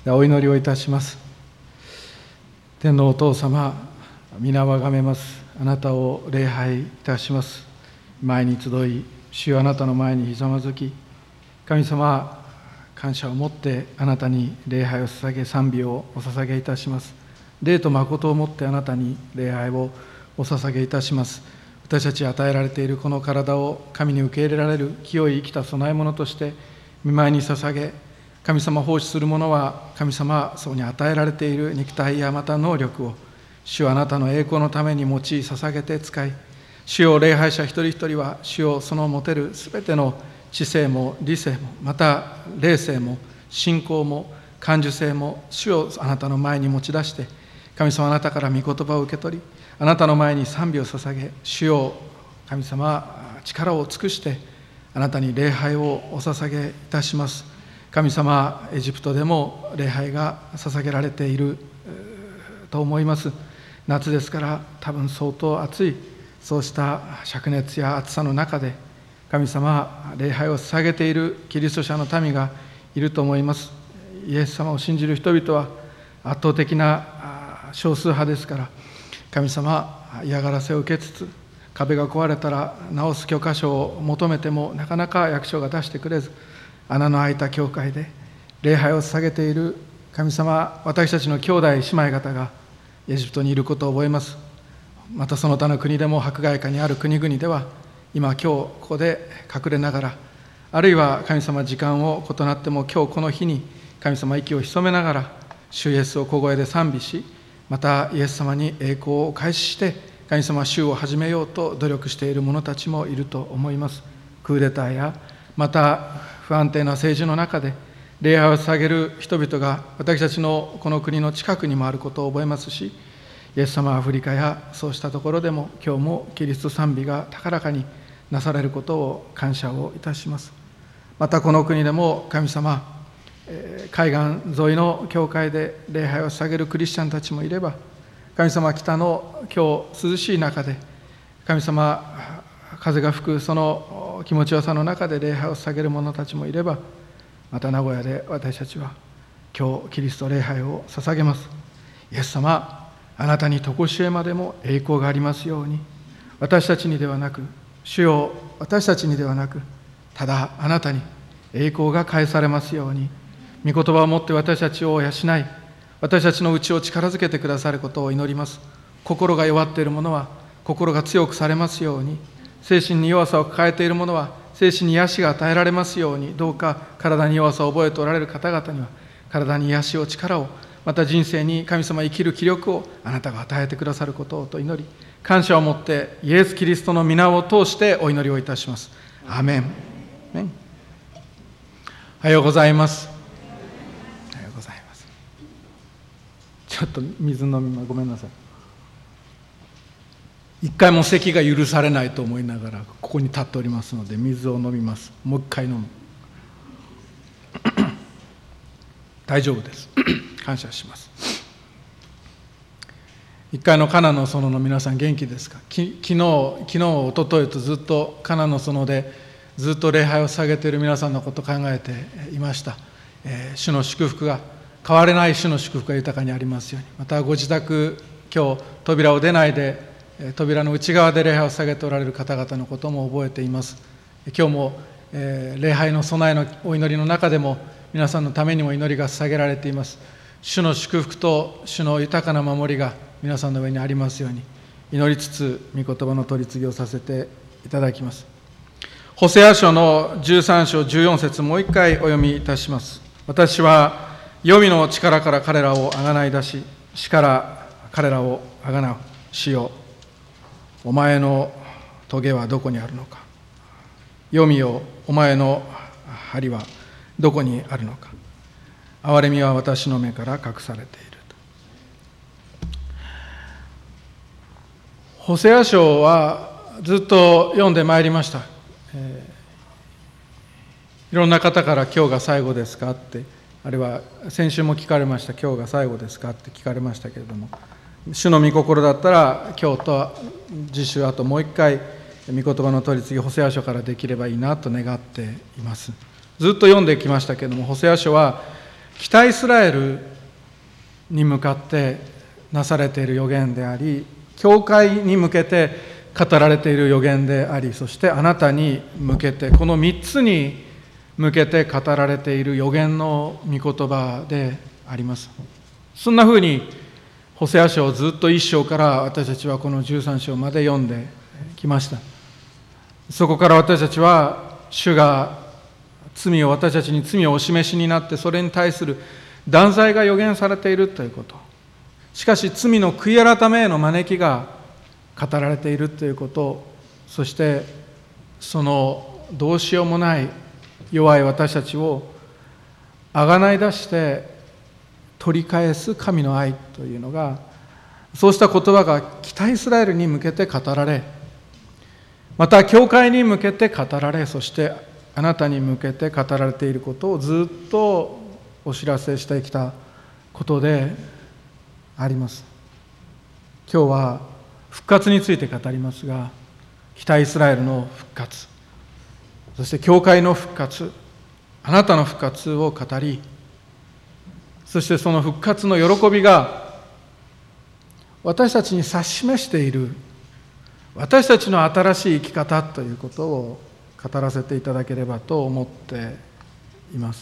お祈りをいたします。天のお父様、皆をあがめます。あなたを礼拝いたします。前に集い、主よあなたの前にひざまずき、神様、感謝を持ってあなたに礼拝を捧げ、賛美をお捧げいたします。礼と誠を持ってあなたに礼拝をお捧げいたします。私たちに与えられているこの体を神に受け入れられる清い生きた供え物として御前に捧げ、神様を奉仕する者は神様そうに与えられている肉体やまた能力を主をあなたの栄光のために用い捧げて使い、主を礼拝者一人一人は主をその持てるすべての知性も理性もまた霊性も信仰も感受性も主をあなたの前に持ち出して、神様あなたから御言葉を受け取り、あなたの前に賛美を捧げ、主よ神様力を尽くしてあなたに礼拝をお捧げいたします。神様、エジプトでも礼拝が捧げられていると思います。夏ですから多分相当暑い、そうした灼熱や暑さの中で神様礼拝を捧げているキリスト者の民がいると思います。イエス様を信じる人々は圧倒的な少数派ですから、神様嫌がらせを受けつつ、壁が壊れたら直す許可書を求めてもなかなか役所が出してくれず、穴の開いた教会で礼拝を捧げている神様、私たちの兄弟姉妹方がエジプトにいることを覚えます。またその他の国でも迫害下にある国々では今ここで隠れながら、あるいは神様時間を異なっても今日この日に神様息を潜めながら主イエスを小声で賛美し、またイエス様に栄光を開始して神様主を始めようと努力している者たちもいると思います。クーデターやまた不安定な政治の中で礼拝を捧げる人々が私たちのこの国の近くにもあることを覚えますし、イエス様はアフリカやそうしたところでも今日もキリスト賛美が高らかになされることを感謝をいたします。またこの国でも神様、海岸沿いの教会で礼拝を捧げるクリスチャンたちもいれば、神様北の今日涼しい中で神様風が吹くその気持ちよさの中で礼拝を捧げる者たちもいれば、また名古屋で私たちは今日キリスト礼拝を捧げます。イエス様、あなたに常しえまでも栄光がありますように。私たちにではなく、主よ私たちにではなく、ただあなたに栄光が返されますように。御言葉をもって私たちを養い、私たちの内を力づけてくださることを祈ります。心が弱っている者は心が強くされますように、精神に弱さを抱えている者は精神に癒しが与えられますように。どうか体に弱さを覚えておられる方々には体に癒しを、力を、また人生に神様生きる気力をあなたが与えてくださることをと祈り、感謝を持ってイエス・キリストの皆を通してお祈りをいたします。アーメン。おはようございます。おはようございます。ちょっと水飲みます。ごめんなさい。一回も咳が許されないと思いながらここに立っておりますので、水を飲みます。もう一回飲む。大丈夫です。感謝します。一回のカナの園の皆さん元気ですか？昨日一昨日とずっとカナの園でずっと礼拝を捧げている皆さんのことを考えていました。主の祝福が、変われない主の祝福が豊かにありますように。またご自宅、今日扉を出ないで扉の内側で礼拝を捧げておられる方々のことも覚えています。今日も礼拝の備えのお祈りの中でも皆さんのためにも祈りが捧げられています。主の祝福と主の豊かな守りが皆さんの上にありますように祈りつつ、御言葉の取り次ぎをさせていただきます。ホセア書の13章14節、もう一回お読みいたします。私は黄泉の力から彼らをあがない出し、死から彼らをあがなう。主よ、お前の棘はどこにあるのか。黄泉よ、お前の針はどこにあるのか。憐れみは私の目から隠されている。ホセア書はずっと読んでまいりました。いろんな方から今日が最後ですかって、あるいは先週も聞かれました、今日が最後ですかって聞かれましたけれども、主の御心だったら今日と次週あともう一回御言葉の取り次ぎホセア書からできればいいなと願っています。ずっと読んできましたけれども、ホセア書は北イスラエルに向かってなされている預言であり、教会に向けて語られている預言であり、そしてあなたに向けて、この3つに向けて語られている預言の御言葉であります。そんなふうにホセア書をずっと1章から私たちはこの13章まで読んできました。そこから私たちは主が私たちに罪をお示しになって、それに対する断罪が予言されているということ、しかし罪の悔い改めへの招きが語られているということ、そしてそのどうしようもない弱い私たちをあがない出して取り返す神の愛というのが、そうした言葉が北イスラエルに向けて語られ、また教会に向けて語られ、そしてあなたに向けて語られていることをずっとお知らせしてきたことであります。今日は復活について語りますが、北イスラエルの復活、そして教会の復活、あなたの復活を語り、そしてその復活の喜びが私たちに指し示している私たちの新しい生き方ということを語らせていただければと思っています。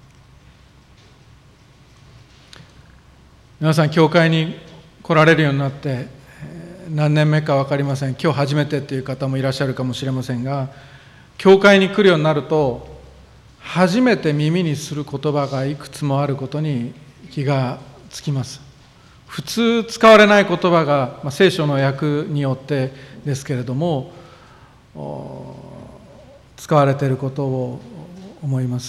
皆さん、教会に来られるようになって何年目か分かりません。今日初めてという方もいらっしゃるかもしれませんが、教会に来るようになると初めて耳にする言葉がいくつもあることに気がつきます。普通使われない言葉が、聖書の訳によってですけれども使われていることを思います。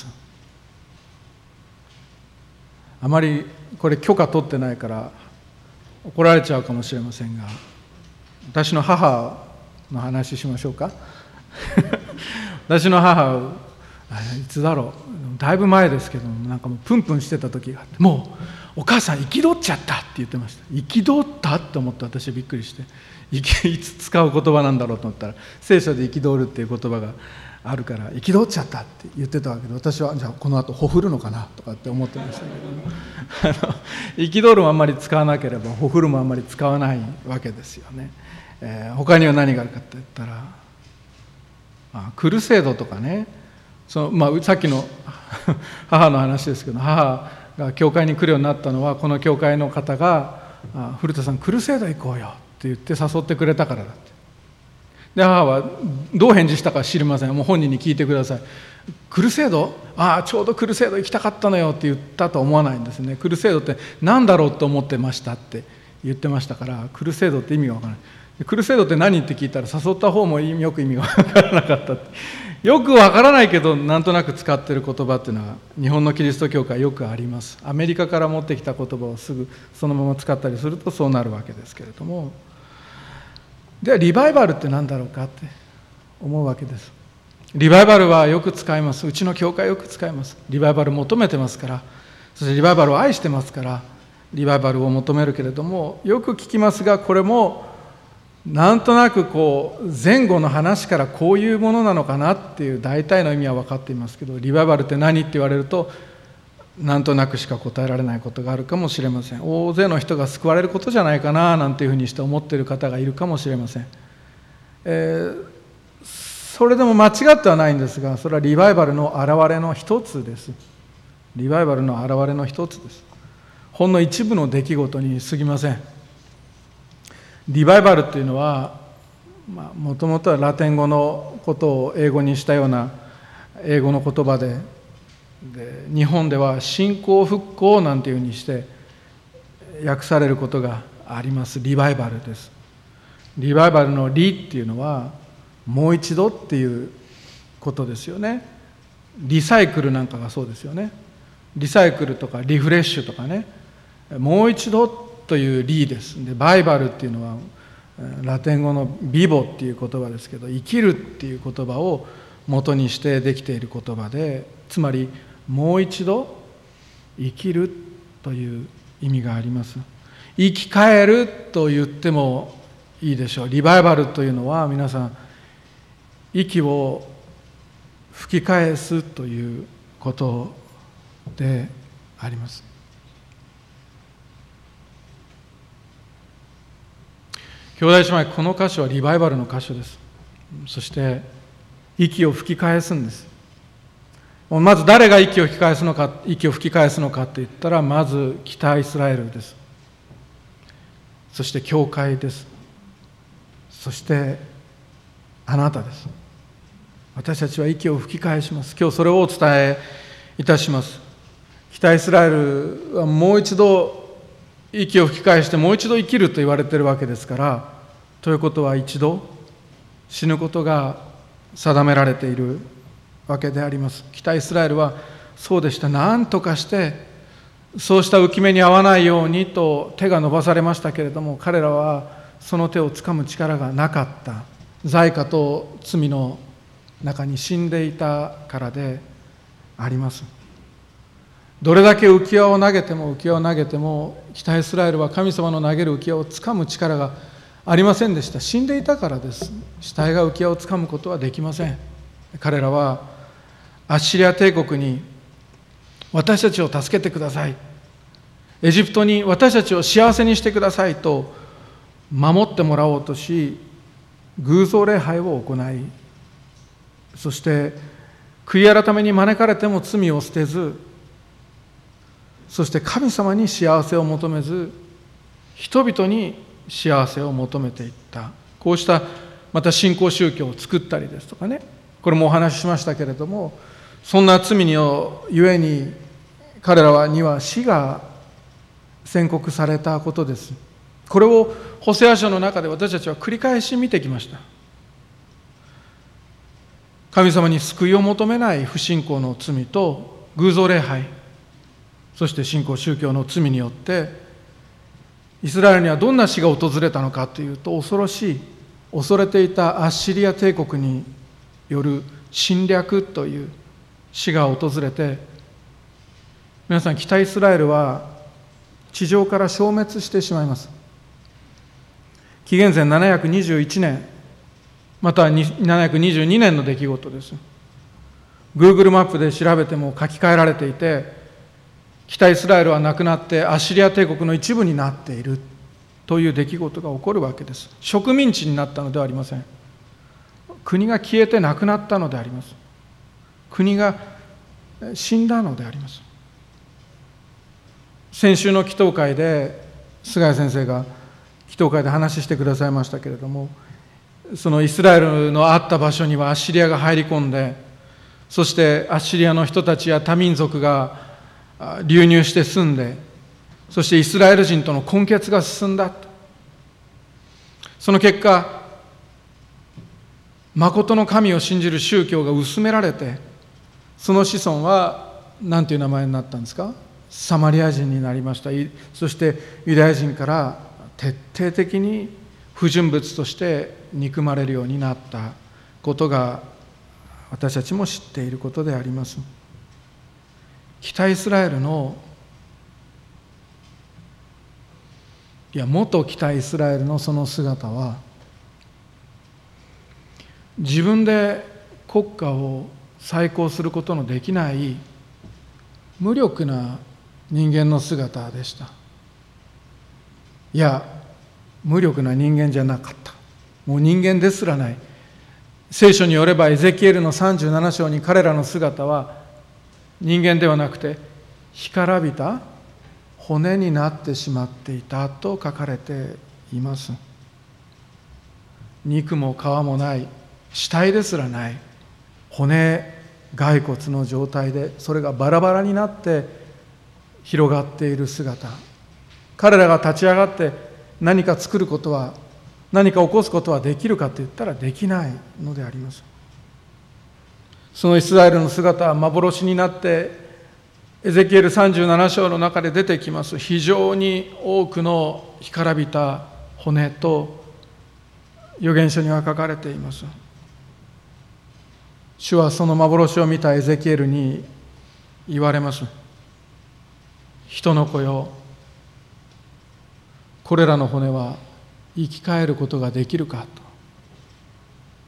あまりこれ許可取ってないから怒られちゃうかもしれませんが、私の母の話しましょうか。私の母、いつだろう、だいぶ前ですけども、なんかもうプンプンしてた時があって、もうお母さん憤っちゃったって言ってました。憤ったって思って私はびっくりして、いつ使う言葉なんだろうと思ったら、聖書で憤るっていう言葉があるから憤っちゃったって言ってたわけで、私はじゃあこの後ほふるのかなとかって思ってましたけども、憤るもあんまり使わなければほふるもあんまり使わないわけですよね。他には何があるかって言ったら、クルセードとかね、さっきの母の話ですけど、母が教会に来るようになったのは、この教会の方が古田さんクルセード行こうよって言って誘ってくれたからだって。で、母はどう返事したか知りません。もう本人に聞いてください。クルセード？ちょうどクルセード行きたかったのよって言ったとは思わないんですね。クルセードって何だろうと思ってましたって言ってましたから、クルセードって意味がわからない。クルセードって何って聞いたら、誘った方もよく意味がわからなかったって。よくわからないけどなんとなく使っている言葉っていうのは日本のキリスト教会よくあります。アメリカから持ってきた言葉をすぐそのまま使ったりするとそうなるわけですけれども、ではリバイバルって何だろうかって思うわけです。リバイバルはよく使います。うちの教会よく使います。リバイバル求めてますから、そしてリバイバルを愛してますから、リバイバルを求めるけれども、よく聞きますが、これもなんとなく前後の話からこういうものなのかなっていう大体の意味は分かっていますけど、リバイバルって何って言われるとなんとなくしか答えられないことがあるかもしれません。大勢の人が救われることじゃないかななんていうふうにして思っている方がいるかもしれません。それでも間違ってはないんですが、それはリバイバルの現れの一つです。リバイバルの現れの一つです。ほんの一部の出来事に過ぎません。リバイバルっていうのは、もともとはラテン語のことを英語にしたような英語の言葉で、日本では信仰復興なんていうふうにして訳されることがあります。リバイバルです。リバイバルのリっていうのはもう一度っていうことですよね。リサイクルなんかがそうですよね。リサイクルとかリフレッシュとかね、もう一度というリです。で、バイバルっていうのはラテン語のビボっていう言葉ですけど、生きるっていう言葉を元にしてできている言葉で、つまりもう一度生きるという意味があります。生き返ると言ってもいいでしょう。リバイバルというのは皆さん、息を吹き返すということであります。兄弟姉妹、この箇所はリバイバルの箇所です。そして息を吹き返すんです。まず誰が息を吹き返すのかって言ったら、まず北イスラエルです。そして教会です。そしてあなたです。私たちは息を吹き返します。今日それをお伝えいたします。北イスラエルはもう一度息を吹き返してもう一度生きると言われているわけですから、ということは一度死ぬことが定められているわけであります。北イスラエルはそうでした。何とかしてそうした浮き目に合わないようにと手が伸ばされましたけれども、彼らはその手をつかむ力がなかった。罪過と罪の中に死んでいたからであります。どれだけ浮き輪を投げても北イスラエルは神様の投げる浮き輪をつかむ力がありませんでした。死んでいたからです。死体が浮き輪をつかむことはできません。彼らはアッシリア帝国に私たちを助けてください、エジプトに私たちを幸せにしてくださいと守ってもらおうとし、偶像礼拝を行い、そして悔い改めに招かれても罪を捨てず、そして神様に幸せを求めず人々に幸せを求めていった。こうしたまた新興宗教を作ったりですとかね、これもお話ししましたけれども、そんな罪のゆえに彼らには死が宣告されたことです。これをホセア書の中で私たちは繰り返し見てきました。神様に救いを求めない不信仰の罪と偶像礼拝、そして新興宗教の罪によってイスラエルにはどんな死が訪れたのかというと、恐ろしい、恐れていたアッシリア帝国による侵略という死が訪れて、皆さん、北イスラエルは地上から消滅してしまいます。紀元前721年または722年の出来事です。 Google マップで調べても書き換えられていて、北イスラエルはなくなってアッシリア帝国の一部になっているという出来事が起こるわけです。植民地になったのではありません。国が消えてなくなったのであります。国が死んだのであります。先週の祈祷会で菅谷先生が祈祷会で話してくださいましたけれども、そのイスラエルのあった場所にはアッシリアが入り込んで、そしてアッシリアの人たちや他民族が流入して住んで、そしてイスラエル人との混血が進んだ。その結果、誠の神を信じる宗教が薄められて、その子孫は何ていう名前になったんですか？サマリア人になりました。そしてユダヤ人から徹底的に不純物として憎まれるようになったことが私たちも知っていることであります。北イスラエルの元北イスラエルのその姿は、自分で国家を再興することのできない無力な人間の姿でした。いや、無力な人間じゃなかった。もう人間ですらない。聖書によればエゼキエルの37章に彼らの姿は人間ではなくて干からびた骨になってしまっていたと書かれています。肉も皮もない死体ですらない骨骸骨の状態で、それがバラバラになって広がっている姿。彼らが立ち上がって何か作ることは、何か起こすことはできるかと言ったらできないのであります。そのイスラエルの姿は幻になってエゼキエル37章の中で出てきます。非常に多くの干からびた骨と預言書には書かれています。主はその幻を見たエゼキエルに言われます。人の子よ、これらの骨は生き返ることができるかと。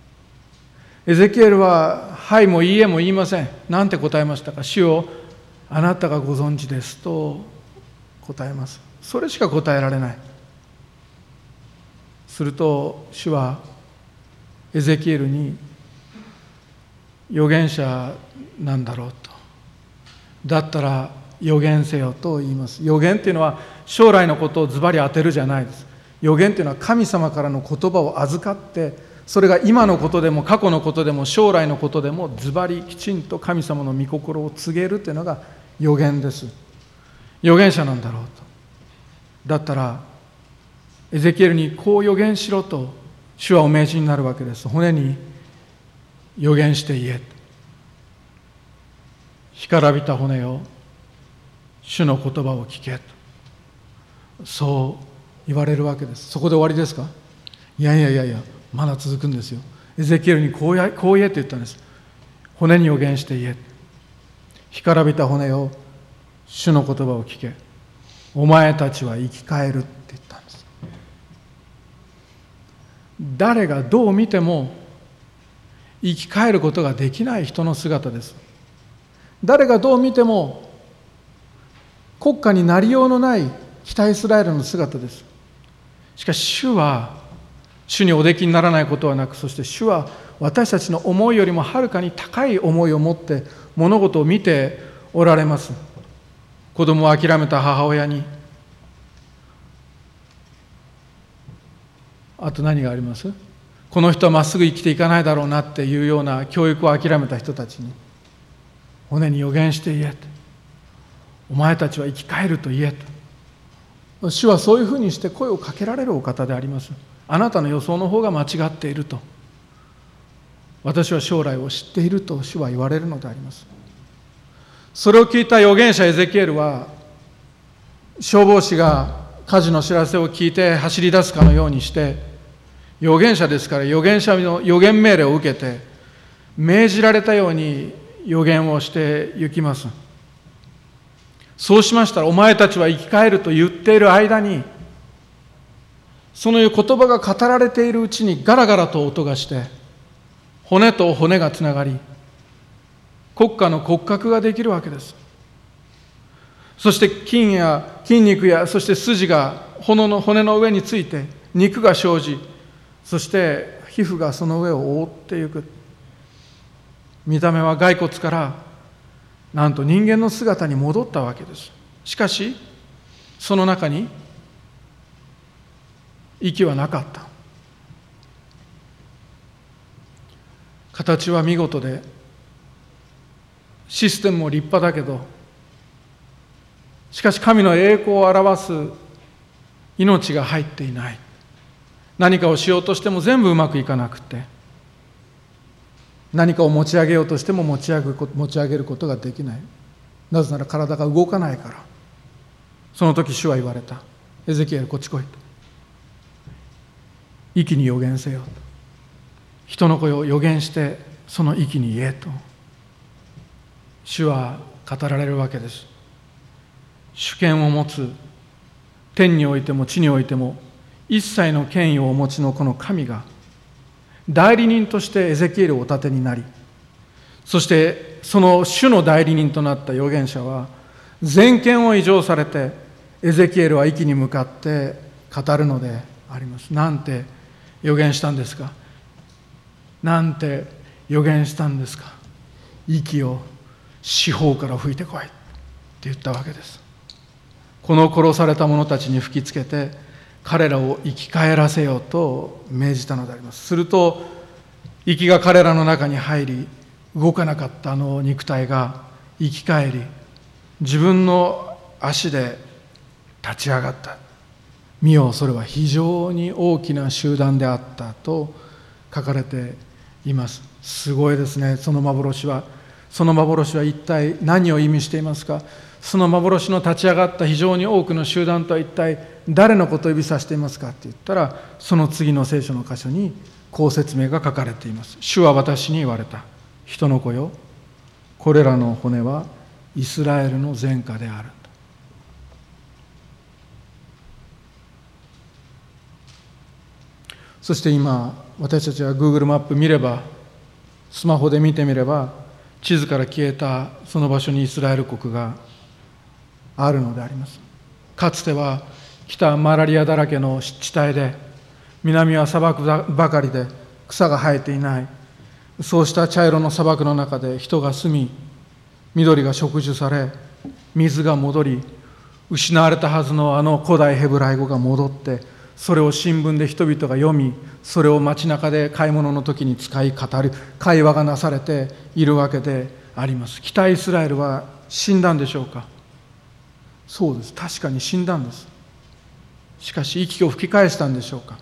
エゼキエルははいもいいえも言いません。なんて答えましたか？主よ、 あなたがご存知ですと答えます。それしか答えられない。すると主はエゼキエルに、預言者なんだろうと、だったら預言せよと言います。預言っていうのは将来のことをズバリ当てるじゃないです。預言っていうのは神様からの言葉を預かって、それが今のことでも過去のことでも将来のことでもズバリきちんと神様の御心を告げるというのが預言です。預言者なんだろうと。だったらエゼキエルにこう預言しろと主はお命じになるわけです。骨に預言して言え。干からびた骨よ、主の言葉を聞けと、そう言われるわけです。そこで終わりですか？いやいやいやいや、まだ続くんですよ。エゼキエルにこう言えって言ったんです。骨に預言して言え。干からびた骨よ、主の言葉を聞け。お前たちは生き返るって言ったんです。誰がどう見ても生き返ることができない人の姿です。誰がどう見ても国家になりようのない北イスラエルの姿です。しかし主におできにならないことはなく、そして主は私たちの思いよりもはるかに高い思いを持って物事を見ておられます。子供を諦めた母親に、あと何があります？この人はまっすぐ生きていかないだろうなっていうような教育を諦めた人たちに、骨に預言して言えと、お前たちは生き返ると言えと。主はそういうふうにして声をかけられるお方であります。あなたの予想の方が間違っていると、私は将来を知っていると主は言われるのであります。それを聞いた預言者エゼキエルは、消防士が火事の知らせを聞いて走り出すかのようにして、預言者ですから預言者の預言命令を受けて、命じられたように預言をして行きます。そうしましたら、お前たちは生き返ると言っている間に、その言葉が語られているうちにガラガラと音がして、骨と骨がつながり、国家の骨格ができるわけです。そして筋や筋肉や、そして筋が骨の上について肉が生じ、そして皮膚がその上を覆っていく。見た目は骸骨からなんと人間の姿に戻ったわけです。しかしその中に息はなかった。形は見事で、システムも立派だけど、しかし神の栄光を表す命が入っていない。何かをしようとしても全部うまくいかなくて、何かを持ち上げようとしても持ち上げることができない。なぜなら体が動かないから。その時主は言われた。エゼキエル、こっち来いと。息に預言せよと。人の声を預言してその息に言えと主は語られるわけです。主権を持つ、天においても地においても一切の権威をお持ちのこの神が代理人としてエゼキエルをお立てになり、そしてその主の代理人となった預言者は全権を委譲されて、エゼキエルは息に向かって語るのであります。なんて預言したんですか？なんて預言したんですか？息を四方から吹いてこいって言ったわけです。この殺された者たちに吹きつけて彼らを生き返らせようと命じたのであります。すると息が彼らの中に入り、動かなかったあの肉体が生き返り、自分の足で立ち上がった。見よ、それは非常に大きな集団であったと書かれています。すごいですね。その幻は一体何を意味していますか？その幻の立ち上がった非常に多くの集団とは一体誰のことを指さしていますかって言ったら、その次の聖書の箇所にこう説明が書かれています。主は私に言われた。人の子よ、これらの骨はイスラエルの前科である。そして今私たちは Google マップ見れば、スマホで見てみれば、 地図から消えたその場所にイスラエル国があるのであります。かつては北はマラリアだらけの湿地帯で、南は砂漠ばかりで草が生えていない、そうした茶色の砂漠の中で人が住み、緑が植樹され、水が戻り、失われたはずのあの古代ヘブライ語が戻って、それを新聞で人々が読み、それを街中で買い物の時に使い語る会話がなされているわけであります。北イスラエルは死んだんでしょうか。そうです。確かに死んだんです。しかし息を吹き返したんでしょうか。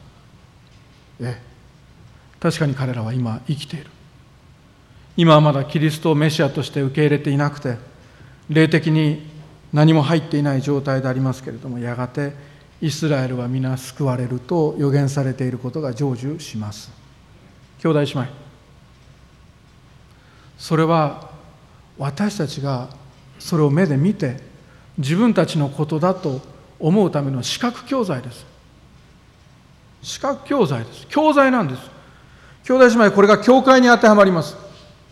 確かに彼らは今生きている。今はまだキリストをメシアとして受け入れていなくて、霊的に何も入っていない状態でありますけれども、やがてイスラエルは皆救われると予言されていることが成就します。兄弟姉妹、それは私たちがそれを目で見て自分たちのことだと思うための視覚教材です。視覚教材です。教材なんです。兄弟姉妹、これが教会に当てはまります。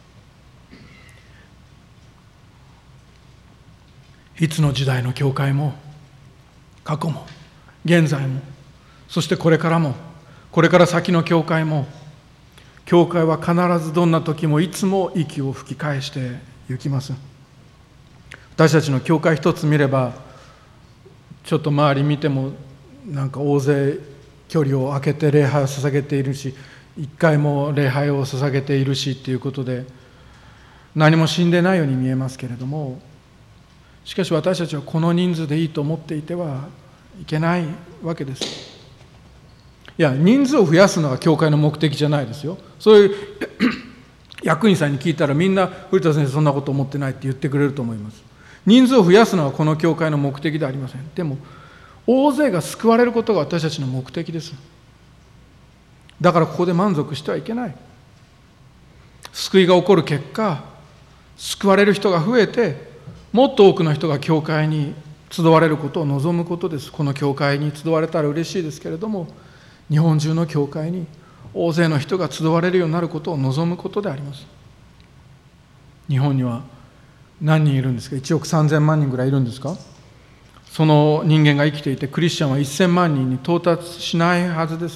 いつの時代の教会も過去も現在も、そしてこれからも、これから先の教会も、教会は必ずどんな時もいつも息を吹き返していきます。私たちの教会一つ見れば、ちょっと周り見てもなんか大勢距離を空けて礼拝を捧げているし、一回も礼拝を捧げているしということで、何も死んでないように見えますけれども、しかし私たちはこの人数でいいと思っていてはいけないわけです。いや、人数を増やすのが教会の目的じゃないですよ。そういう役員さんに聞いたら、みんな古田先生そんなこと思ってないって言ってくれると思います。人数を増やすのはこの教会の目的ではありません。でも大勢が救われることが私たちの目的です。だからここで満足してはいけない。救いが起こる結果、救われる人が増えて、もっと多くの人が教会に集われることを望むことです。この教会に集われたら嬉しいですけれども、日本中の教会に大勢の人が集われるようになることを望むことであります。日本には何人いるんですか。1億3000万人ぐらいいるんですか。その人間が生きていて、クリスチャンは1000万人に到達しないはずです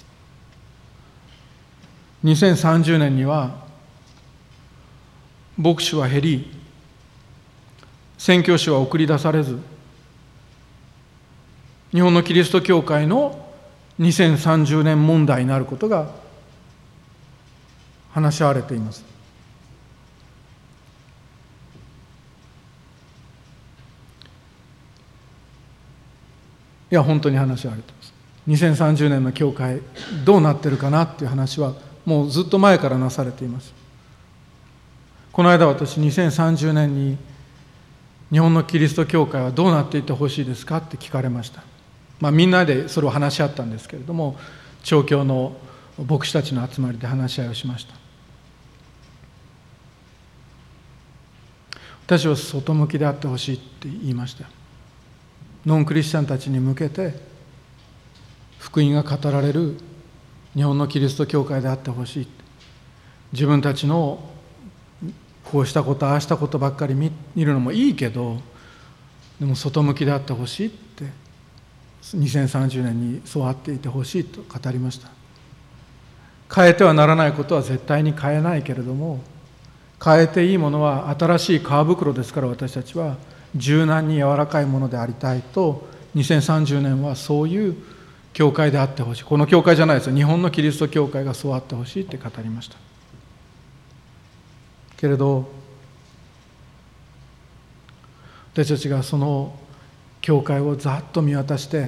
。2030年には牧師は減り、宣教師は送り出されず、日本のキリスト教会の2030年問題になることが話し合われています。いや、本当に話し合われています。2030年の教会どうなってるかなっていう話はもうずっと前からなされています。この間私、2030年に日本のキリスト教会はどうなっていってほしいですかって聞かれました。みんなでそれを話し合ったんですけれども、町教の牧師たちの集まりで話し合いをしました。私は外向きであってほしいって言いました。ノンクリスチャンたちに向けて福音が語られる日本のキリスト教会であってほしい。自分たちのこうしたことああしたことばっかり見るのもいいけど、でも外向きであってほしいって2030年にそうあっていてほしいと語りました。変えてはならないことは絶対に変えないけれども、変えていいものは新しい皮袋ですから、私たちは柔軟に柔らかいものでありたいと、2030年はそういう教会であってほしい。この教会じゃないですよ、日本のキリスト教会がそうあってほしいって語りました。けれど私たちがその教会をざっと見渡して、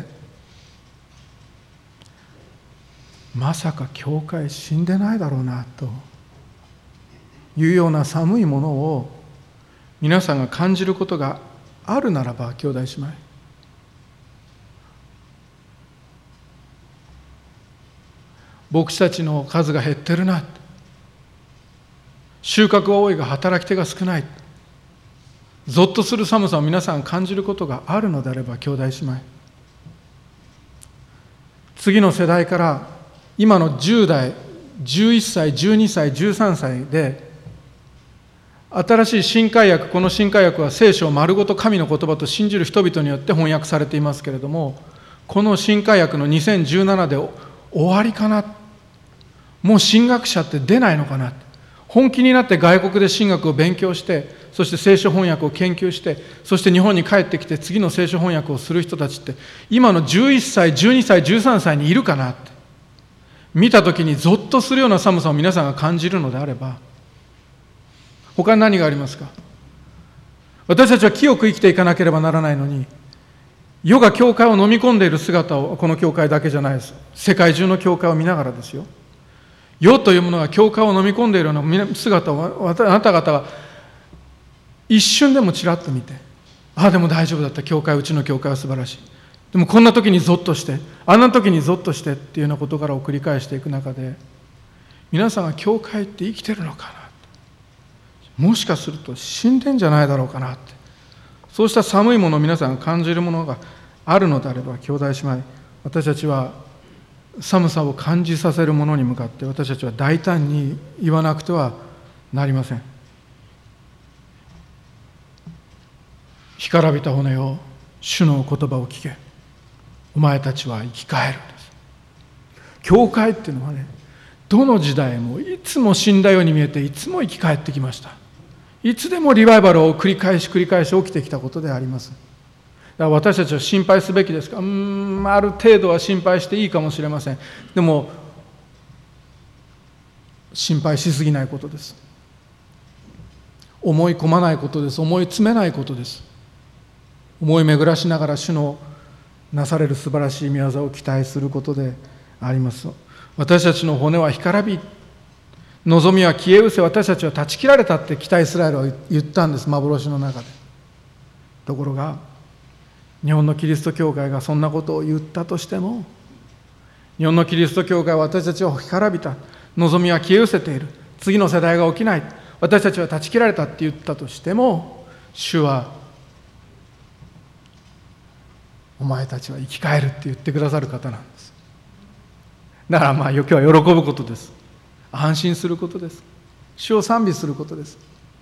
まさか教会死んでないだろうなというような寒いものを皆さんが感じることがあるならば、兄弟姉妹、牧師たちの数が減ってるな、収穫は多いが働き手が少ない、ぞっとする寒さを皆さん感じることがあるのであれば、兄弟姉妹、次の世代から今の10代、11歳、12歳、13歳で新しい新改訳、この新改訳は聖書を丸ごと神の言葉と信じる人々によって翻訳されていますけれども、この新改訳の2017で終わりかな、もう神学者って出ないのかな、本気になって外国で神学を勉強して、そして聖書翻訳を研究して、そして日本に帰ってきて次の聖書翻訳をする人たちって今の11歳、12歳、13歳にいるかなって、見たときにゾッとするような寒さを皆さんが感じるのであれば、他に何がありますか。私たちは清く生きていかなければならないのに、世が教会を飲み込んでいる姿を、この教会だけじゃないです、世界中の教会を見ながらですよ、世というものが教会を飲み込んでいるような姿をあなた方が一瞬でもちらっと見て、ああでも大丈夫だった、教会、うちの教会は素晴らしい、でもこんな時にゾッとして、あんな時にゾッとしてっていうような事柄を繰り返していく中で、皆さんが教会って生きてるのかな、もしかすると死んでんじゃないだろうかなって、そうした寒いものを皆さんが感じるものがあるのであれば、兄弟姉妹、私たちは寒さを感じさせるものに向かって私たちは大胆に言わなくてはなりません。干からびた骨よ、主の言葉を聞け、お前たちは生き返るんです。教会っていうのはね、どの時代もいつも死んだように見えて、いつも生き返ってきました。いつでもリバイバルを繰り返し起きてきたことであります。だから私たちは心配すべきですか。ある程度は心配していいかもしれません。でも心配しすぎないことです。思い込まないことです。思い詰めないことです。思い巡らしながら主のなされる素晴らしい御業を期待することであります。私たちの骨は干からび、望みは消え失せ、私たちは断ち切られたって北イスラエルは言ったんです、幻の中で。ところが日本のキリスト教会がそんなことを言ったとしても、日本のキリスト教会は私たちは干からびた、望みは消え失せている、次の世代が起きない、私たちは断ち切られたって言ったとしても、主はお前たちは生き返るって言ってくださる方なんです。だから今日は喜ぶことです。安心することです。主を賛美することです。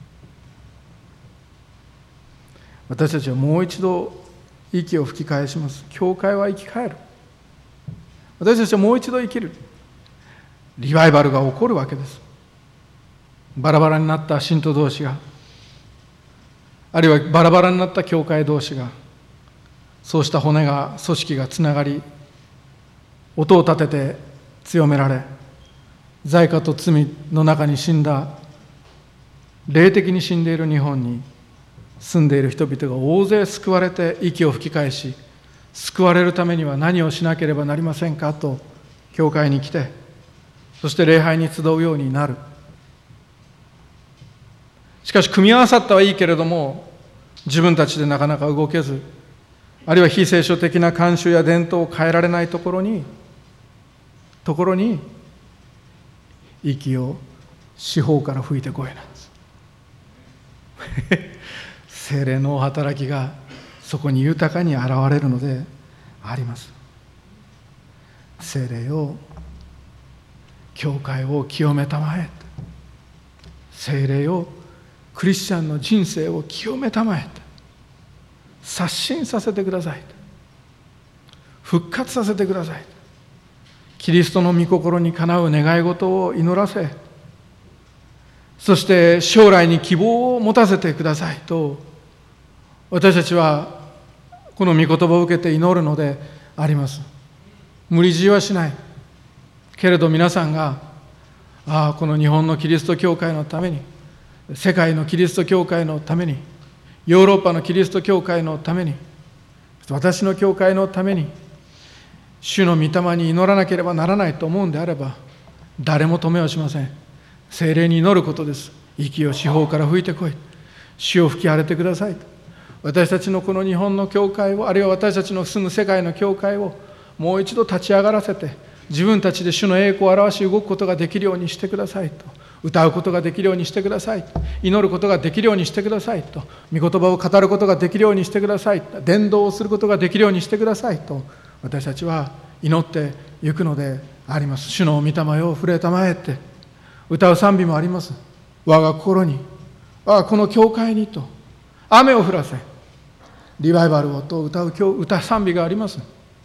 私たちはもう一度息を吹き返します。教会は生き返る。私たちはもう一度生きる。リバイバルが起こるわけです。バラバラになった信徒同士が、あるいはバラバラになった教会同士が、そうした組織がつながり、音を立てて強められ、罪過と罪の中に死んだ、霊的に死んでいる日本に住んでいる人々が大勢救われて息を吹き返し、救われるためには何をしなければなりませんかと教会に来て、そして礼拝に集うようになる。しかし組み合わさったはいいけれども、自分たちでなかなか動けず、あるいは非聖書的な慣習や伝統を変えられないところに息を四方から吹いてこいなんです聖霊の働きがそこに豊かに現れるのであります。聖霊を、教会を清めたまえ、聖霊を、クリスチャンの人生を清めたまえ、刷新させてください、復活させてください、キリストの御心にかなう願い事を祈らせ、そして将来に希望を持たせてくださいと、私たちはこの御言葉を受けて祈るのであります。無理強いはしないけれど、皆さんがこの日本のキリスト教会のために、世界のキリスト教会のために、ヨーロッパのキリスト教会のために、私の教会のために、主の御霊に祈らなければならないと思うんであれば、誰も止めはしません。聖霊に祈ることです。息を四方から吹いてこい、主を吹き荒れてください。私たちのこの日本の教会を、あるいは私たちの住む世界の教会をもう一度立ち上がらせて、自分たちで主の栄光を表し動くことができるようにしてくださいと、歌うことができるようにしてください、祈ることができるようにしてくださいと、御言葉を語ることができるようにしてください、伝道をすることができるようにしてくださいと、私たちは祈っていくのであります。主の御霊を触れたまえって歌う賛美もあります。我が心にこの教会にと雨を降らせ、リバイバルをと歌う歌賛美があります。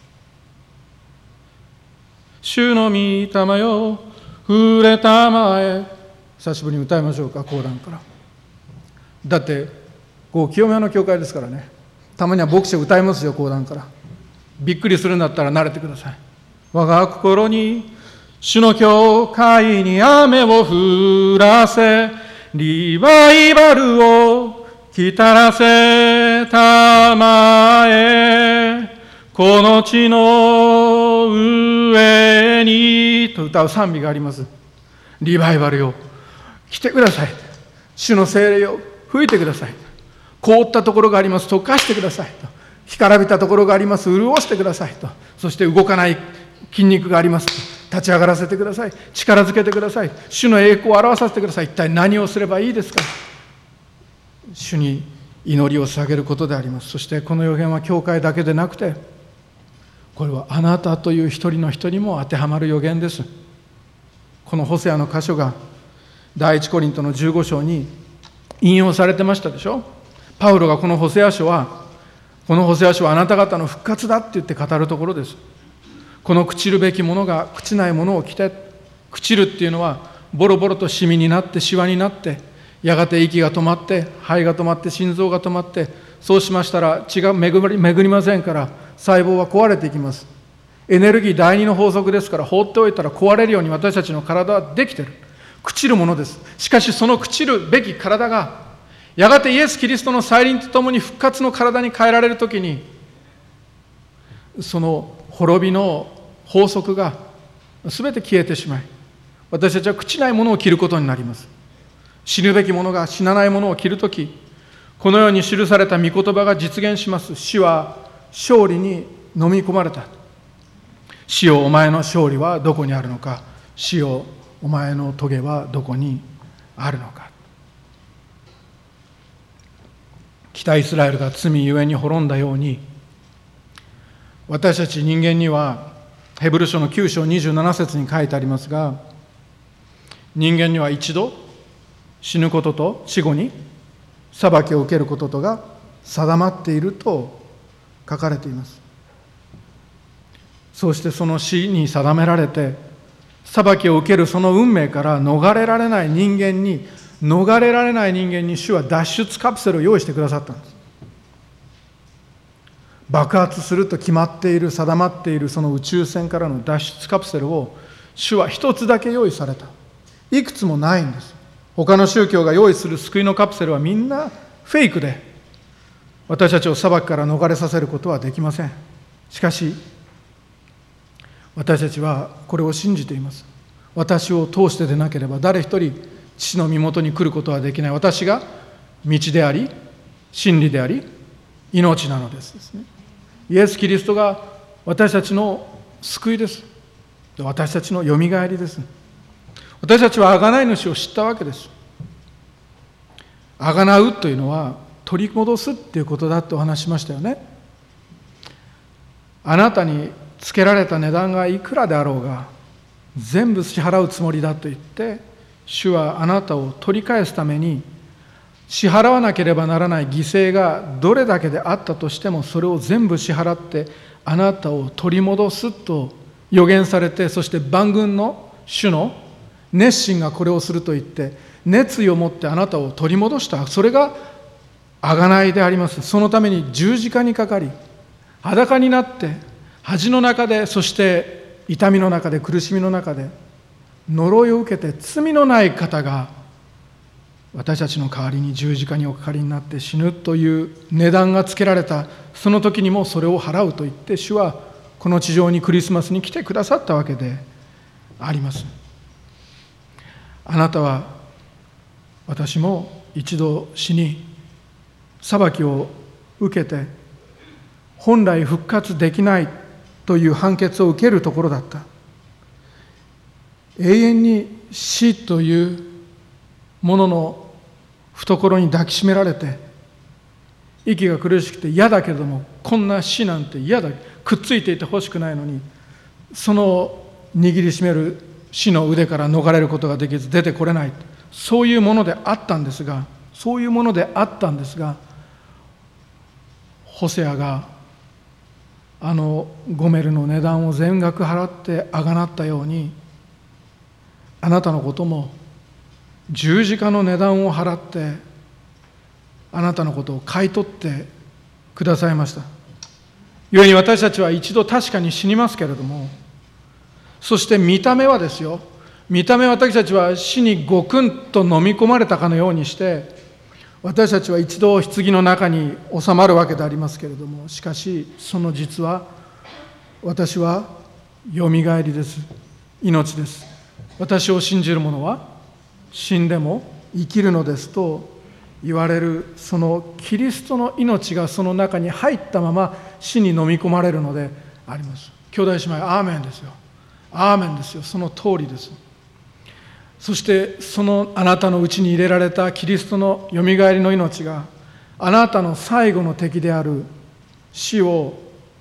主の御霊よ触れたまえ、久しぶりに歌いましょうか、講談から。だって清めの教会ですからね、たまには牧師歌いますよ、講談から。びっくりするんだったら慣れてください。我が心に主の教会に雨を降らせ、リバイバルを来たらせたまえ、この地の上にと歌う賛美があります。リバイバルよ来てください、主の聖霊を吹いてください、凍ったところがあります、溶かしてくださいと、干からびたところがあります、潤してくださいと、そして動かない筋肉があります、立ち上がらせてください、力づけてください、主の栄光を表させてください。一体何をすればいいですか。主に祈りを捧げることであります。そしてこの予言は教会だけでなくて、これはあなたという一人の人にも当てはまる予言です。このホセアの箇所が第一コリントの15章に引用されてましたでしょ。パウロがこのホセア書はあなた方の復活だって言って語るところです。この朽ちるべきものが朽ちないものを着て、朽ちるっていうのはボロボロとシミになってシワになって、やがて息が止まって肺が止まって心臓が止まって、そうしましたら血が巡りませんから細胞は壊れていきます。エネルギー第二の法則ですから、放っておいたら壊れるように私たちの体はできている。朽ちるものです。しかしその朽ちるべき体がやがてイエス・キリストの再臨とともに復活の体に変えられるときに、その滅びの法則がすべて消えてしまい、私たちは朽ちないものを着ることになります。死ぬべきものが死なないものを着るとき、このように記された御言葉が実現します。死は勝利に飲み込まれた。死よお前の勝利はどこにあるのか、死よお前の棘はどこにあるのか。北イスラエルが罪ゆえに滅んだように、私たち人間にはヘブル書の9章27節に書いてありますが、人間には一度死ぬことと死後に裁きを受けることとが定まっていると書かれています。そうしてその死に定められて裁きを受けるその運命から逃れられない人間に主は脱出カプセルを用意してくださったんです。爆発すると決まっている、定まっているその宇宙船からの脱出カプセルを主は一つだけ用意された。いくつもないんです。他の宗教が用意する救いのカプセルはみんなフェイクで、私たちを裁きから逃れさせることはできません。しかし私たちはこれを信じています。私を通してでなければ誰一人父の身元に来ることはできない。私が道であり真理であり命なのですね。イエス・キリストが私たちの救いです。私たちのよみがえりです。私たちは贖い主を知ったわけです。贖うというのは取り戻すっていうことだとお話しましたよね。あなたにつけられた値段がいくらであろうが全部支払うつもりだと言って、主はあなたを取り返すために支払わなければならない犠牲がどれだけであったとしても、それを全部支払ってあなたを取り戻すと予言されて、そして万軍の主の熱心がこれをすると言って熱意を持ってあなたを取り戻した。それが贖いであります。そのために十字架にかかり、裸になって恥の中で、そして痛みの中で、苦しみの中で呪いを受けて、罪のない方が私たちの代わりに十字架におかかりになって死ぬという値段がつけられた。その時にもそれを払うと言って、主はこの地上にクリスマスに来てくださったわけであります。あなたは、私も一度死に裁きを受けて本来復活できないという判決を受けるところだった。永遠に死というものの懐に抱きしめられて、息が苦しくて嫌だけれども、こんな死なんて嫌だ、くっついていてほしくないのに、その握りしめる死の腕から逃れることができず出てこれない、そういうものであったんですが、 そういうものであったんですが、ホセアがゴメルの値段を全額払ってあがなったように、あなたのことも十字架の値段を払ってあなたのことを買い取ってくださいました。故に私たちは一度確かに死にますけれども、そして見た目はですよ、見た目私たちは死にごくんと飲み込まれたかのようにして、私たちは一度棺の中に収まるわけでありますけれども、しかしその実は、私はよみがえりです。命です。私を信じる者は死んでも生きるのですと言われる、そのキリストの命がその中に入ったまま死に飲み込まれるのであります。兄弟姉妹、アーメンですよ。アーメンですよ。その通りです。そしてそのあなたのうちに入れられたキリストのよみがえりの命が、あなたの最後の敵である死を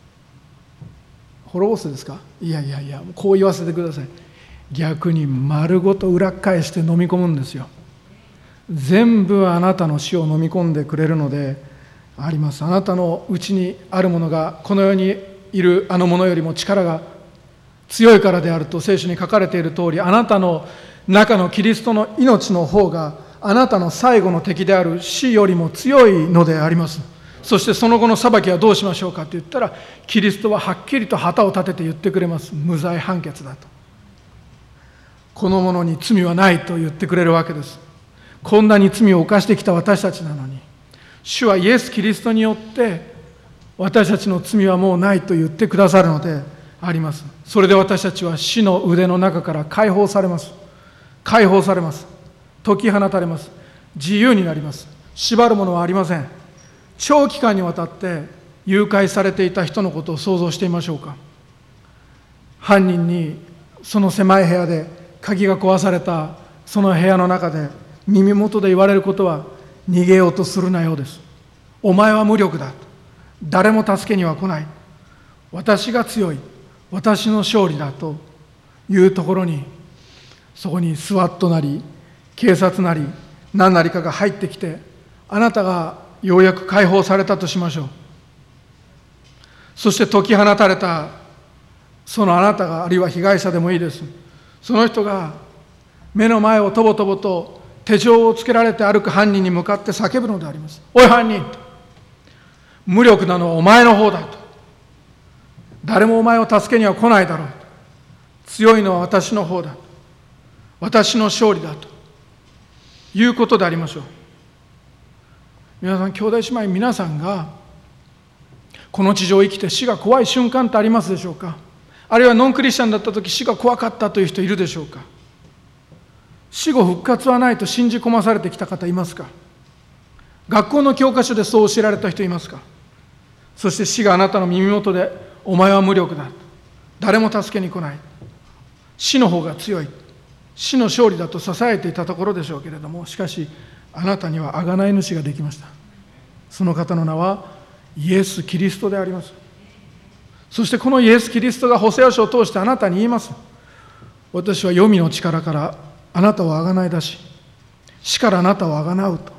滅ぼすですか。いや、こう言わせてください。逆に丸ごと裏返して飲み込むんですよ。全部あなたの死を飲み込んでくれるのであります。あなたのうちにあるものがこの世にいるあのものよりも力が強いからであると聖書に書かれている通り、あなたの中のキリストの命の方があなたの最後の敵である死よりも強いのであります。そしてその後の裁きはどうしましょうかと言ったら、キリストははっきりと旗を立てて言ってくれます。無罪判決だと。この者に罪はないと言ってくれるわけです。こんなに罪を犯してきた私たちなのに、主はイエス・キリストによって私たちの罪はもうないと言ってくださるのであります。それで私たちは死の腕の中から解放されます。解放されます。解き放たれます。自由になります。縛るものはありません。長期間にわたって誘拐されていた人のことを想像してみましょうか。犯人にその狭い部屋で鍵が壊されたその部屋の中で耳元で言われることは、逃げようとするなようです。お前は無力だ。誰も助けには来ない。私が強い。私の勝利だというところに、そこにスワットなり警察なり何なりかが入ってきて、あなたがようやく解放されたとしましょう。そして解き放たれたそのあなたが、あるいは被害者でもいいです、その人が目の前をとぼとぼと手錠をつけられて歩く犯人に向かって叫ぶのであります。おい犯人、無力なのはお前の方だと。誰もお前を助けには来ないだろう。強いのは私の方だ。私の勝利だということでありましょう。皆さん、兄弟姉妹、皆さんがこの地上を生きて死が怖い瞬間ってありますでしょうか。あるいはノンクリスチャンだった時、死が怖かったという人いるでしょうか。死後復活はないと信じ込まされてきた方いますか。学校の教科書でそう教えられた人いますか。そして死があなたの耳元で、お前は無力だ、誰も助けに来ない、死の方が強い、死の勝利だと支えていたところでしょうけれども、しかしあなたには贖い主ができました。その方の名はイエス・キリストであります。そしてこのイエス・キリストがホセア書を通してあなたに言います。私は黄泉の力からあなたをあがない出し、死からあなたをあがなうと。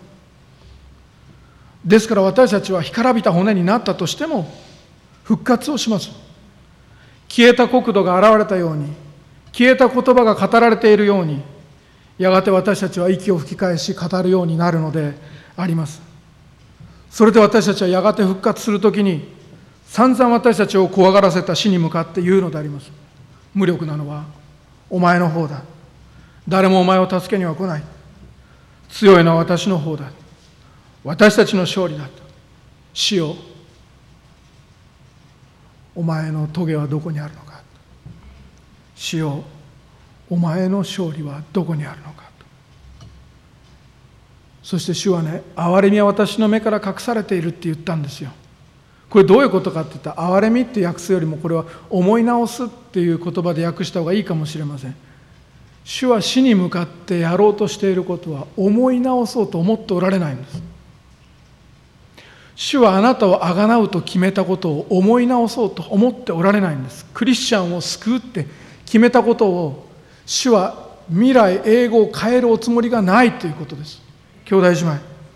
ですから私たちは干からびた骨になったとしても復活をします。消えた国土が現れたように、消えた言葉が語られているように、やがて私たちは息を吹き返し語るようになるのであります。それで私たちはやがて復活するときに、散々私たちを怖がらせた死に向かって言うのであります。無力なのはお前の方だ。誰もお前を助けには来ない。強いのは私の方だ。私たちの勝利だ。死よ、お前の棘はどこにあるのか。死よ、お前の勝利はどこにあるのか。そして主はね、憐れみは私の目から隠されているって言ったんですよ。これどういうことかって言ったら、憐れみって訳すよりも、これは思い直すっていう言葉で訳した方がいいかもしれません。主は死に向かってやろうとしていることは、思い直そうと思っておられないんです。主はあなたをあがなうと決めたことを思い直そうと思っておられないんです。クリスチャンを救うって決めたことを、主は未来永劫を変えるおつもりがないということです。兄弟姉妹、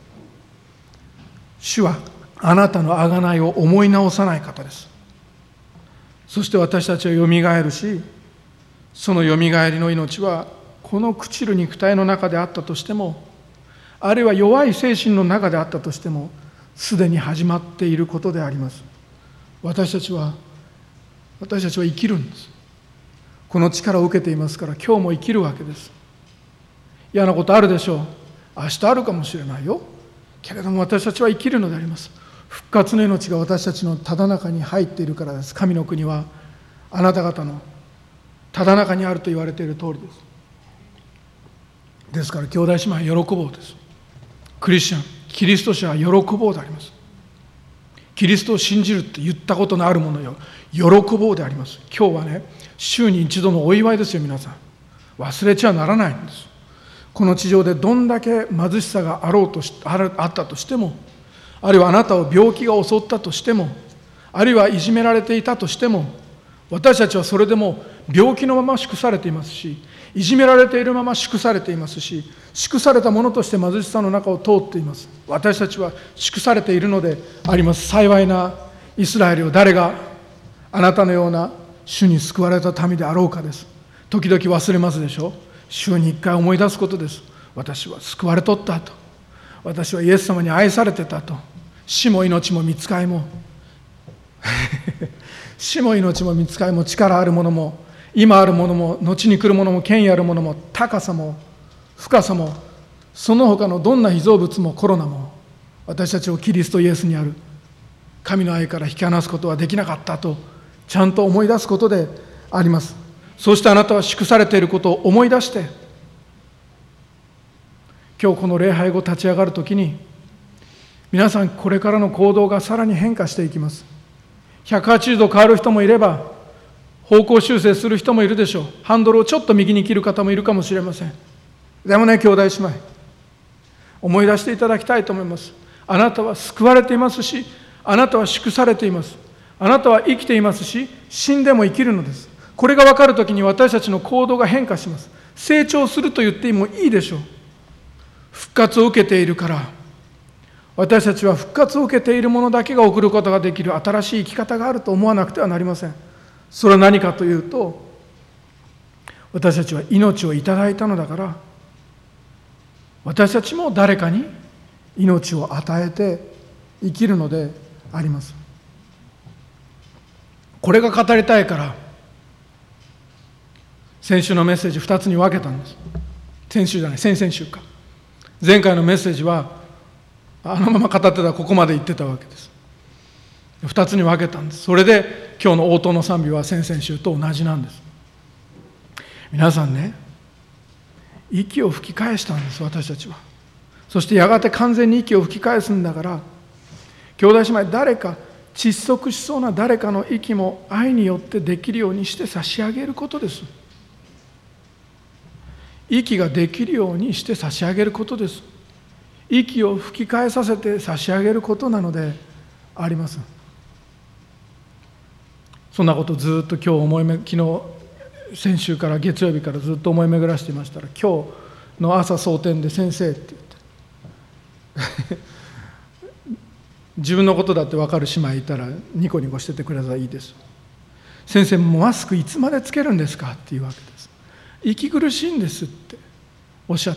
主はあなたの贖いを思い直さない方です。そして私たちはよみがえるし、そのよみがえりの命はこの朽ちる肉体の中であったとしても、あるいは弱い精神の中であったとしても、すでに始まっていることであります。私たちは生きるんです。この力を受けていますから、今日も生きるわけです。嫌なことあるでしょう。明日あるかもしれないよ。けれども私たちは生きるのであります。復活の命が私たちのただ中に入っているからです。神の国はあなた方のただ中にあると言われている通りです。ですから兄弟姉妹喜ぼうです。クリスチャン、キリスト者は喜ぼうであります。キリストを信じるって言ったことのあるものよ、喜ぼうであります。今日はね、週に一度のお祝いですよ。皆さん忘れちゃならないんです。この地上でどんだけ貧しさがあったとしても、あるいはあなたを病気が襲ったとしても、あるいはいじめられていたとしても、私たちはそれでも病気のまま祝されていますし、いじめられているまま祝されていますし、祝されたものとして貧しさの中を通っています。私たちは祝されているのであります。幸いなイスラエルを誰があなたのような主に救われた民であろうかです。時々忘れますでしょ。週に1回思い出すことです。私は救われとったと。私はイエス様に愛されてたと。死も命も御使いも死も命も御使いも力あるものも今あるものも後に来るものも権威あるものも高さも深さもその他のどんな被造物もコロナも私たちをキリストイエスにある神の愛から引き離すことはできなかったとちゃんと思い出すことであります。そしてあなたは祝されていることを思い出して、今日この礼拝後立ち上がるときに、皆さんこれからの行動がさらに変化していきます。180度変わる人もいれば、方向修正する人もいるでしょう。ハンドルをちょっと右に切る方もいるかもしれません。でもね、兄弟姉妹、思い出していただきたいと思います。あなたは救われていますし、あなたは祝されています。あなたは生きていますし、死んでも生きるのです。これが分かるときに私たちの行動が変化します。成長すると言ってもいいでしょう。復活を受けているから、私たちは復活を受けているものだけが送ることができる新しい生き方があると思わなくてはなりません。それは何かというと、私たちは命をいただいたのだから、私たちも誰かに命を与えて生きるのであります。これが語りたいから先週のメッセージ2つに分けたんです。先々週か。前回のメッセージはあのまま語ってたらここまで言ってたわけです。2つに分けたんです。それで今日の応答の賛美は先々週と同じなんです。皆さんね、息を吹き返したんです、私たちは。そしてやがて完全に息を吹き返すんだから、兄弟姉妹、誰か窒息しそうな誰かの息も愛によってできるようにして差し上げることです。息ができるようにして差し上げることです。息を吹き返させて差し上げることなのであります。そんなことずっと昨日先週から月曜日からずっと思い巡らしていましたら、今日の朝蒼天で先生って言って自分のことだって分かる姉妹いたらニコニコしててくれたらいいです。先生、もうマスクいつまでつけるんですかっていうわけです。息苦しいんですっておっしゃった。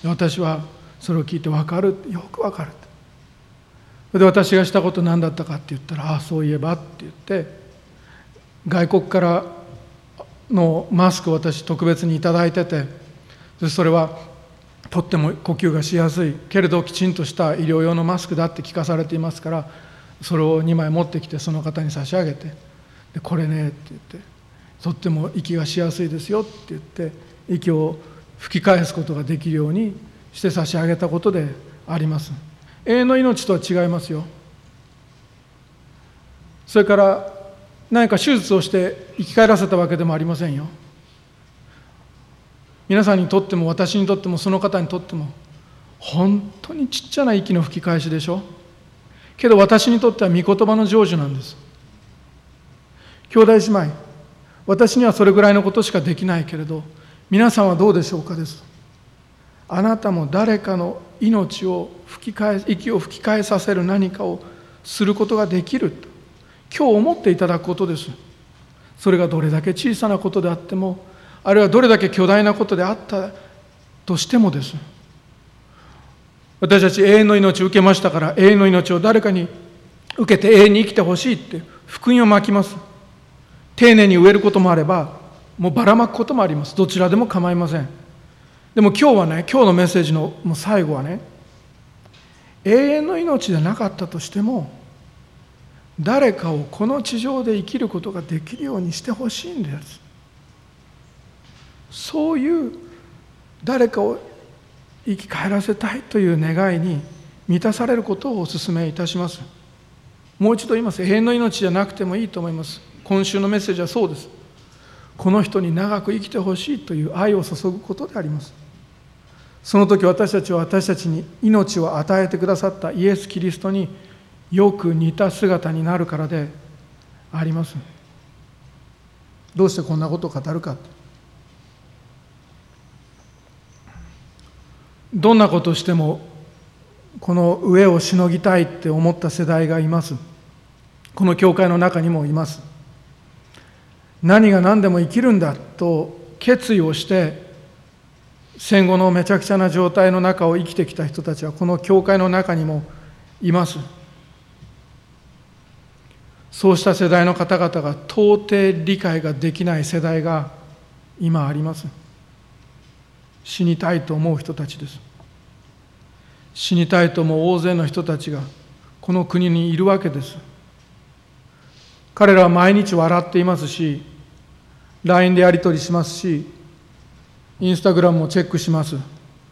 私はそれを聞いて分かる、よく分かるって。それで私がしたこと何だったかって言ったら、ああそういえばって言って、外国からのマスクを私特別にいただいてて、それはとっても呼吸がしやすいけれどきちんとした医療用のマスクだって聞かされていますから、それを2枚持ってきてその方に差し上げて、でこれねって言って、とっても息がしやすいですよって言って息を吹き返すことができるようにして差し上げたことであります。永遠の命とは違いますよ。それから何か手術をして生き返らせたわけでもありませんよ。皆さんにとっても私にとってもその方にとっても本当にちっちゃな息の吹き返しでしょ。けど私にとっては御言葉の成就なんです。兄弟姉妹、私にはそれぐらいのことしかできないけれど、皆さんはどうでしょうかです。あなたも誰かの命を息を吹き返させる何かをすることができると今日思っていただくことです。それがどれだけ小さなことであっても、あるいはどれだけ巨大なことであったとしてもです。私たち永遠の命を受けましたから、永遠の命を誰かに受けて永遠に生きてほしいって福音をまきます。丁寧に植えることもあれば、もうばらまくこともあります。どちらでも構いません。でも今日はね、今日のメッセージのもう最後はね、永遠の命でなかったとしても、誰かをこの地上で生きることができるようにしてほしいんです。そういう誰かを生き返らせたいという願いに満たされることをお勧めいたします。もう一度言います。永遠の命じゃなくてもいいと思います。今週のメッセージはそうです。この人に長く生きてほしいという愛を注ぐことであります。その時私たちは私たちに命を与えてくださったイエス・キリストによく似た姿になるからであります。どうしてこんなことを語るか。どんなことをしてもこの上をしのぎたいって思った世代がいます。この教会の中にもいます。何が何でも生きるんだと決意をして戦後のめちゃくちゃな状態の中を生きてきた人たちはこの教会の中にもいます。そうした世代の方々が到底理解ができない世代が今あります。死にたいと思う人たちです。死にたいと思う大勢の人たちがこの国にいるわけです。彼らは毎日笑っていますし、LINE でやり取りしますし、インスタグラムもチェックします。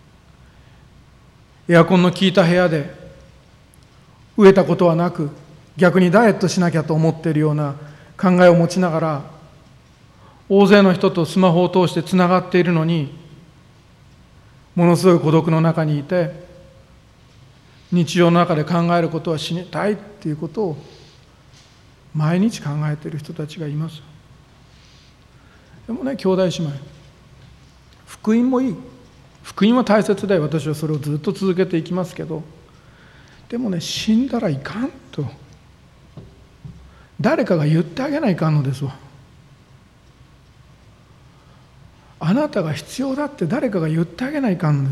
エアコンの効いた部屋で飢えたことはなく、逆にダイエットしなきゃと思っているような考えを持ちながら、大勢の人とスマホを通してつながっているのに、ものすごい孤独の中にいて、日常の中で考えることは死にたいっていうことを毎日考えている人たちがいます。でもね、兄弟姉妹、福音もいい。福音は大切で、私はそれをずっと続けていきますけど、でもね、死んだらいかんと誰かが言ってあげないかんのですわ。あなたが必要だって誰かが言ってあげないかんのです。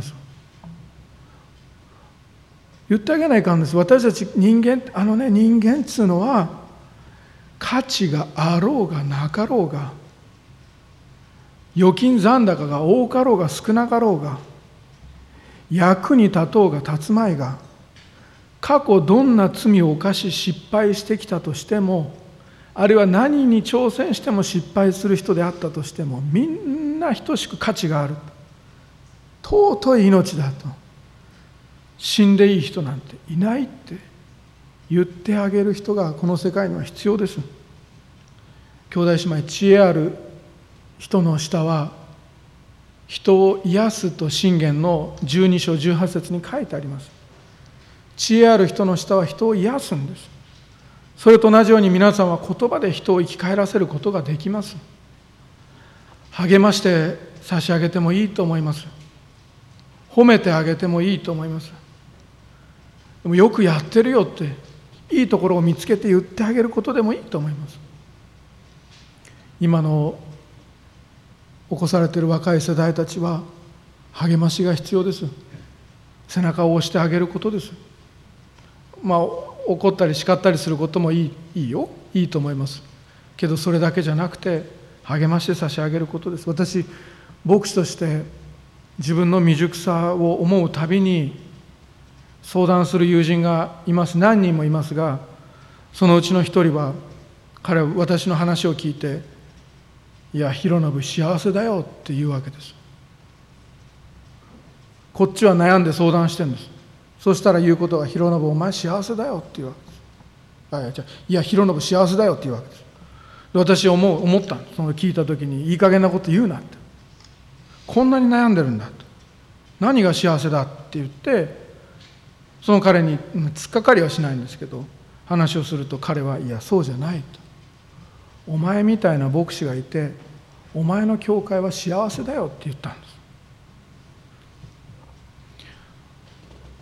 言ってあげないかんです。私たち人間、人間っつうのは価値があろうがなかろうが、預金残高が多かろうが少なかろうが、役に立とうが立つまいが、過去どんな罪を犯し失敗してきたとしても、あるいは何に挑戦しても失敗する人であったとしても、みんな等しく価値がある。尊い命だと。死んでいい人なんていないって言ってあげる人がこの世界には必要です。兄弟姉妹、知恵ある人の下は人を癒すと箴言の12章18節に書いてあります。知恵ある人の下は人を癒すんです。それと同じように皆さんは言葉で人を生き返らせることができます。励まして差し上げてもいいと思います。褒めてあげてもいいと思います。でもよくやってるよっていいところを見つけて言ってあげることでもいいと思います。今の起こされている若い世代たちは励ましが必要です。背中を押してあげることです。怒ったり叱ったりすることもいいよ、いいと思いますけど、それだけじゃなくて励まして差し上げることです。私、牧師として自分の未熟さを思うたびに相談する友人がいます。何人もいますが、そのうちの一人は、彼は私の話を聞いて、いや、弘信幸せだよって言うわけです。こっちは悩んで相談してるんです。そしたら言うことは、弘信お前幸せだよって言うわけです。いや、弘信幸せだよって言うわけです。私思った。その聞いたときに、いい加減なこと言うなって。こんなに悩んでるんだと。何が幸せだって言って、その彼に突っかかりはしないんですけど、話をすると彼は、いや、そうじゃないと。お前みたいな牧師がいて、お前の教会は幸せだよって言ったんです。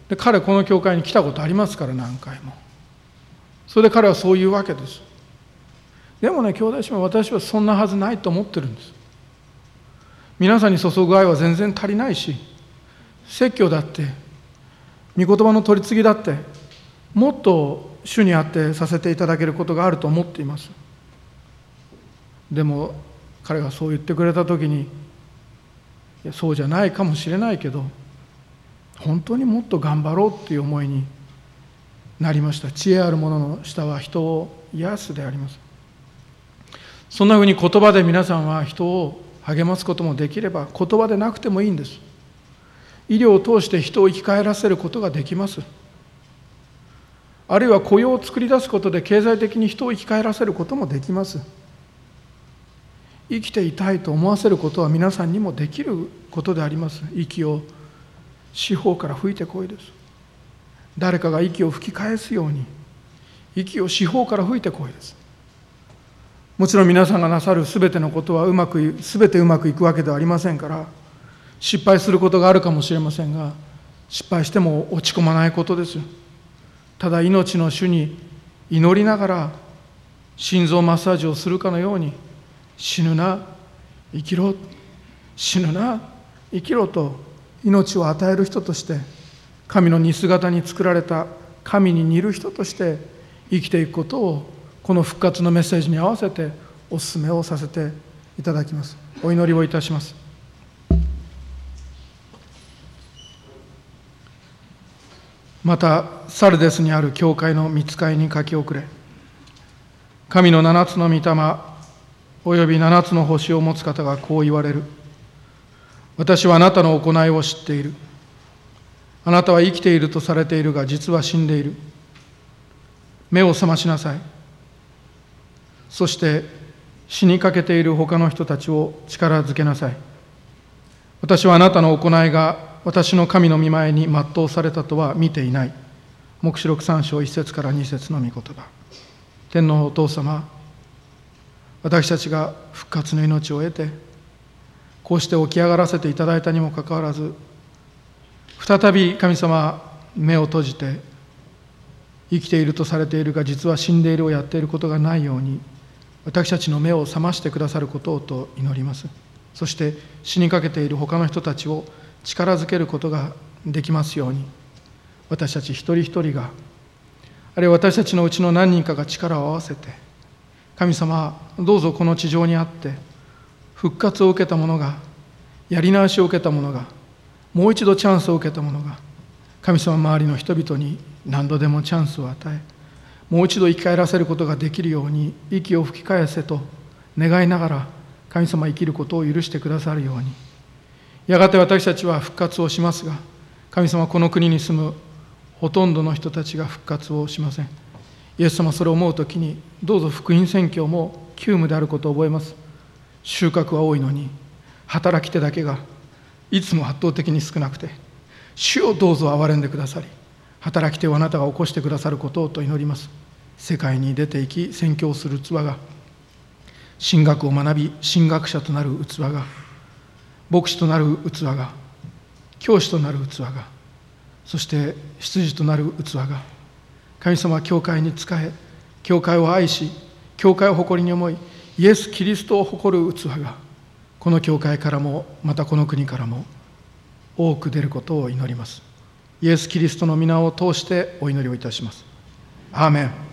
で、彼この教会に来たことありますから、何回も。それで彼はそういうわけです。でもね、兄弟姉妹、私はそんなはずないと思ってるんです。皆さんに注ぐ愛は全然足りないし、説教だって、御言葉の取り次ぎだって、もっと主にあってさせていただけることがあると思っています。でも彼がそう言ってくれたときに、いやそうじゃないかもしれないけど、本当にもっと頑張ろうっていう思いになりました。知恵ある者の下は人を癒すであります。そんなふうに言葉で皆さんは人を励ますこともできれば、言葉でなくてもいいんです。医療を通して人を生き返らせることができます。あるいは雇用を作り出すことで経済的に人を生き返らせることもできます。生きていたいと思わせることは皆さんにもできることであります。息を四方から吹いてこいです。誰かが息を吹き返すように、息を四方から吹いてこいです。もちろん皆さんがなさるすべてのことはすべてうまくいくわけではありませんから、失敗することがあるかもしれませんが、失敗しても落ち込まないことです。ただ命の主に祈りながら心臓マッサージをするかのように、死ぬな生きろ、死ぬな生きろと命を与える人として、神の似姿に作られた神に似る人として生きていくことを、この復活のメッセージに合わせてお勧めをさせていただきます。お祈りをいたします。またサルデスにある教会の御使いに書き送れ。神の七つの御霊および七つの星を持つ方がこう言われる。私はあなたの行いを知っている。あなたは生きているとされているが、実は死んでいる。目を覚ましなさい。そして死にかけている他の人たちを力づけなさい。私はあなたの行いが私の神の御前に全うされたとは見ていない。黙示録3章1節から2節の御言葉。天皇お父様、私たちが復活の命を得て、こうして起き上がらせていただいたにもかかわらず、再び神様、目を閉じて、生きているとされているが実は死んでいるをやっていることがないように、私たちの目を覚ましてくださることをと祈ります。そして死にかけている他の人たちを力づけることができますように、私たち一人一人が、あるいは私たちのうちの何人かが力を合わせて、神様、どうぞこの地上にあって復活を受けた者が、やり直しを受けた者が、もう一度チャンスを受けた者が、神様周りの人々に何度でもチャンスを与え、もう一度生き返らせることができるように息を吹き返せと願いながら、神様生きることを許してくださるように。やがて私たちは復活をしますが、神様、この国に住むほとんどの人たちが復活をしません。イエス様、それを思うときに、どうぞ福音宣教も急務であることを覚えます。収穫は多いのに、働き手だけがいつも圧倒的に少なくて、主をどうぞ憐れんでくださり、働き手をあなたが起こしてくださることをと祈ります。世界に出て行き宣教する器が、神学を学び神学者となる器が、牧師となる器が、教師となる器が、そして執事となる器が、神様は教会に仕え、教会を愛し、教会を誇りに思い、イエス・キリストを誇る器が、この教会からもまたこの国からも多く出ることを祈ります。イエス・キリストの皆を通してお祈りをいたします。アーメン。